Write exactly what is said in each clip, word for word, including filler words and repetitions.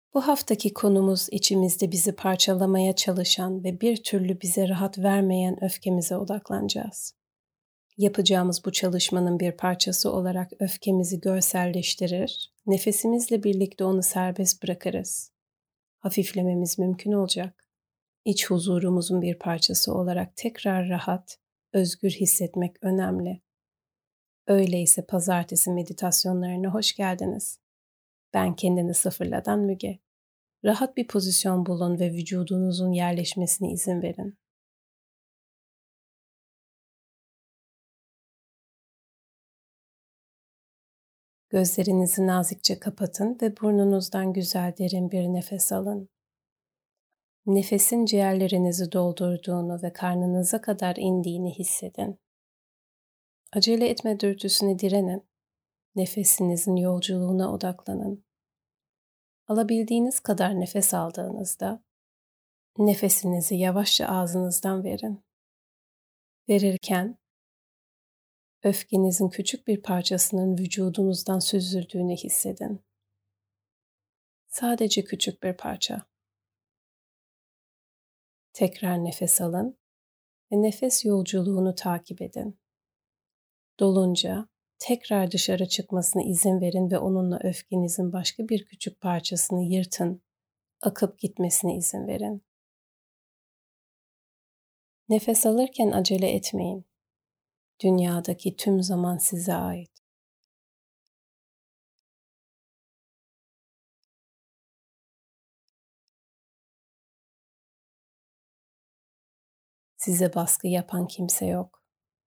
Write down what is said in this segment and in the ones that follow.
Bu haftaki konumuz içimizde bizi parçalamaya çalışan ve bir türlü bize rahat vermeyen öfkemize odaklanacağız. Yapacağımız bu çalışmanın bir parçası olarak öfkemizi görselleştirir, nefesimizle birlikte onu serbest bırakırız. Hafiflememiz mümkün olacak. İç huzurumuzun bir parçası olarak tekrar rahat, özgür hissetmek önemli. Öyleyse pazartesi meditasyonlarına hoş geldiniz. Ben kendini sıfırladan Müge. Rahat bir pozisyon bulun ve vücudunuzun yerleşmesine izin verin. Gözlerinizi nazikçe kapatın ve burnunuzdan güzel derin bir nefes alın. Nefesin ciğerlerinizi doldurduğunu ve karnınıza kadar indiğini hissedin. Acele etme dürtüsüne direnin. Nefesinizin yolculuğuna odaklanın. Alabildiğiniz kadar nefes aldığınızda, nefesinizi yavaşça ağzınızdan verin. Verirken, öfkenizin küçük bir parçasının vücudunuzdan süzüldüğünü hissedin. Sadece küçük bir parça. Tekrar nefes alın ve nefes yolculuğunu takip edin. Dolunca tekrar dışarı çıkmasına izin verin ve onunla öfkenizin başka bir küçük parçasını yırtın, akıp gitmesine izin verin. Nefes alırken acele etmeyin. Dünyadaki tüm zaman size ait. Size baskı yapan kimse yok.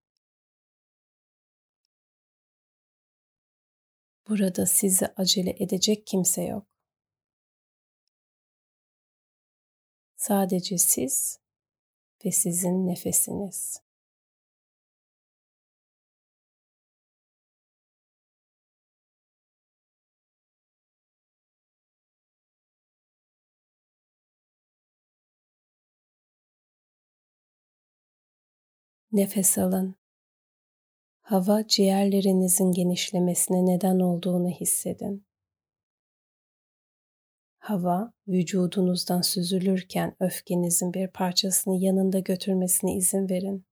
Burada sizi acele edecek kimse yok. Sadece siz ve sizin nefesiniz. Nefes alın. Hava ciğerlerinizin genişlemesine neden olduğunu hissedin. Hava vücudunuzdan süzülürken öfkenizin bir parçasını yanında götürmesine izin verin.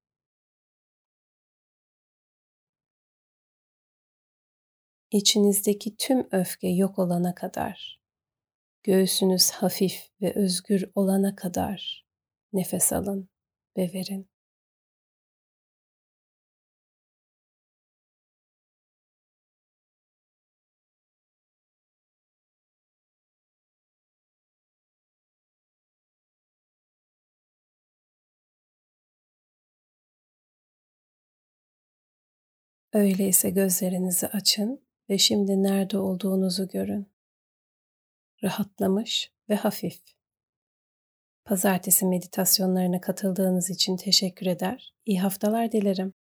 İçinizdeki tüm öfke yok olana kadar, göğsünüz hafif ve özgür olana kadar nefes alın ve verin. Öyleyse gözlerinizi açın ve şimdi nerede olduğunuzu görün. Rahatlamış ve hafif. Pazartesi meditasyonlarına katıldığınız için teşekkür eder. İyi haftalar dilerim.